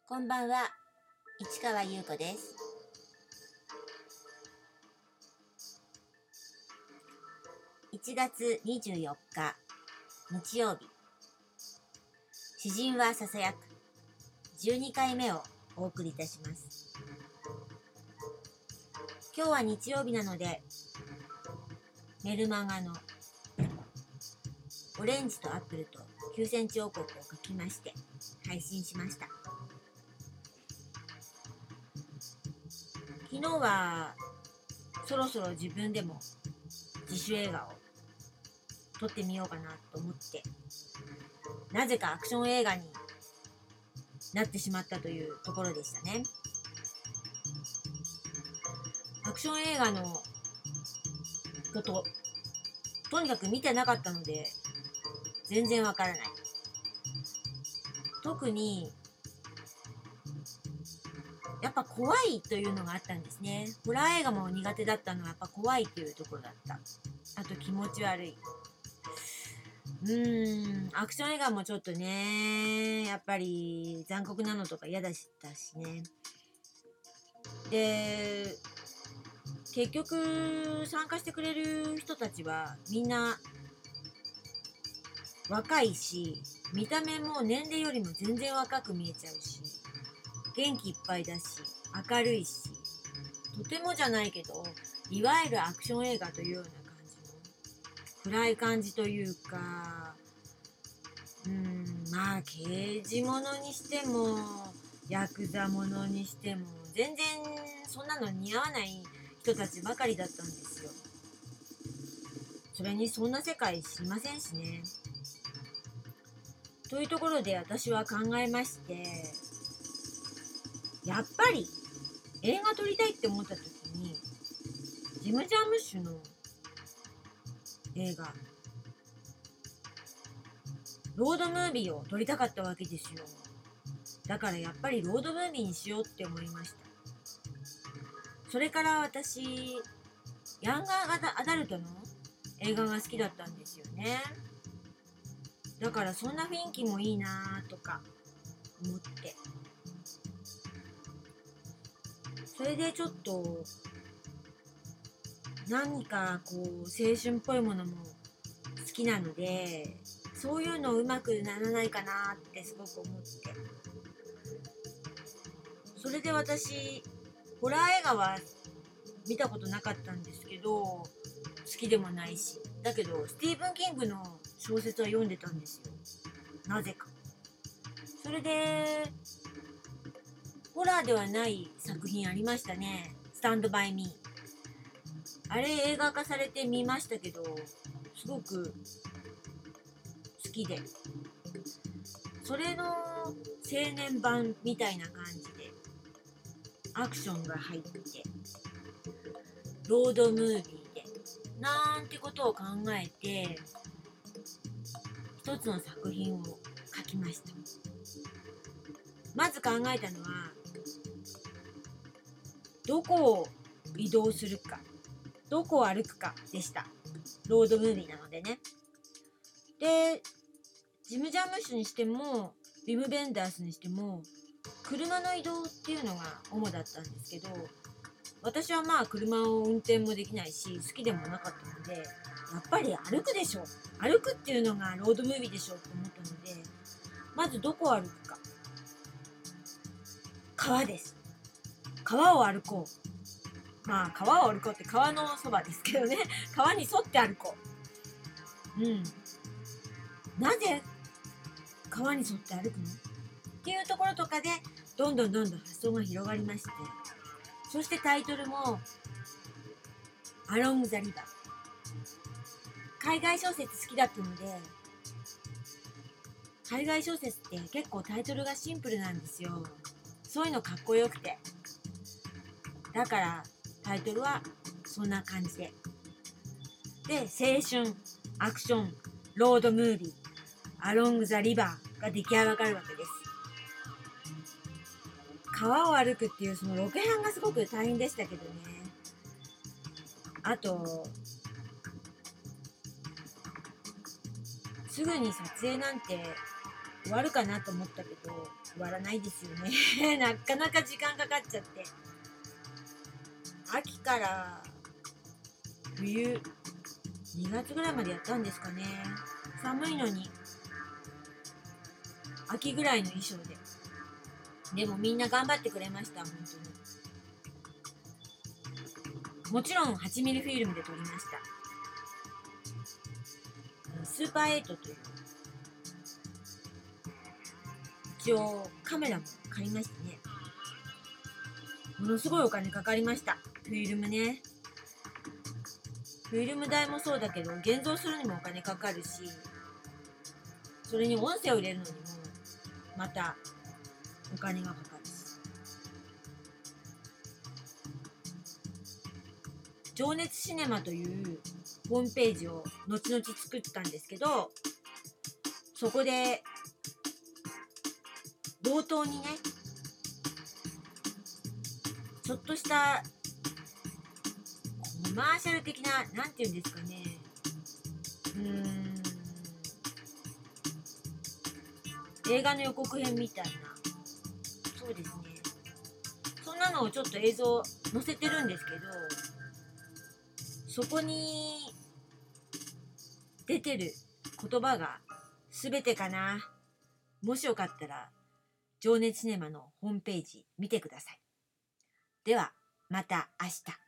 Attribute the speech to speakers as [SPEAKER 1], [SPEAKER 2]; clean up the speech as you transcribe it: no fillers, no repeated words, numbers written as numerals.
[SPEAKER 1] こんばんは、市川優子です。1月24日日曜日、詩人はささやく12回目をお送りいたします。今日は日曜日なので、メルマガのオレンジとアップルと9センチ王国を書きまして配信しました。昨日はそろそろ自分でも自主映画を撮ってみようかなと思って、なぜかアクション映画になってしまったというところでしたね。アクション映画のこと、とにかく見てなかったので全然わからない。特にやっぱ怖いというのがあったんですね。ホラー映画も苦手だったのはやっぱ怖いっていうところだった。あと気持ち悪い。アクション映画もちょっとね、やっぱり残酷なのとか嫌だったしね。で、結局参加してくれる人たちはみんな若いし、見た目も年齢よりも全然若く見えちゃうし、元気いっぱいだし、明るいし、とてもじゃないけど、いわゆるアクション映画というような感じの暗い感じというか、まあ刑事物にしてもヤクザ物にしても全然そんなの似合わない人たちばかりだったんですよ。それにそんな世界知りませんしね。というところで私は考えまして、やっぱり映画撮りたいって思った時にジム・ジャームッシュの映画ロードムービーを撮りたかったわけですよ。だからやっぱりロードムービーにしようって思いました。それから私ヤンガーアダルトの映画が好きだったんですよね。だからそんな雰囲気もいいなとか思って、それでちょっと何かこう青春っぽいものも好きなので、そういうのうまくならないかなってすごく思って、それで私ホラー映画は見たことなかったんですけど、好きでもないし、だけどスティーブン・キングの小説は読んでたんですよ、なぜか。それでホラーではない作品ありましたね。スタンドバイミー、あれ映画化されてみましたけど、すごく好きで、それの青年版みたいな感じでアクションが入ってロードムービーでなんてことを考えて一つの作品を書きました。まず考えたのはどこを移動するか、どこを歩くかでした。ロードムービーなのでね。で、ジム・ジャームッシュにしてもビム・ベンダースにしても車の移動っていうのが主だったんですけど、私はまあ車を運転もできないし好きでもなかったので、やっぱり歩くでしょ、歩くっていうのがロードムービーでしょって思ったので、まずどこを歩くか、川です。川を歩こう。まあ川を歩こうって川のそばですけどね、川に沿って歩こう。なぜ川に沿って歩くのっていうところとかでどんどん発想が広がりまして、そしてタイトルもアロング・ザ・リバー。海外小説好きだったので、海外小説って結構タイトルがシンプルなんですよ。そういうのかっこよくて、だからタイトルはそんな感じで、青春アクションロードムービーアロング・ザ・リバーが出来上がるわけです。川を歩くっていうそのロケハンがすごく大変でしたけどね。あとすぐに撮影なんて終わるかなと思ったけど、 終わらないですよね。なかなか時間かかっちゃって。秋から冬、2月ぐらいまでやったんですかね。寒いのに、秋ぐらいの衣装で。でもみんな頑張ってくれました、本当に。もちろん8ミリフィルムで撮りました。スーパー8という、一応カメラも買いましたね。ものすごいお金かかりました。フィルムね。フィルム代もそうだけど、現像するにもお金かかるし、それに音声を入れるのにもまたお金がかかるし。情熱シネマというホームページを後々作ったんですけど、そこで冒頭にね、ちょっとしたコマーシャル的な、なんていうんですかね、映画の予告編みたいな、そうですね、そんなのをちょっと映像載せてるんですけど、そこに出てる言葉が全てかな。もしよかったら情熱シネマのホームページ見てください。ではまた明日。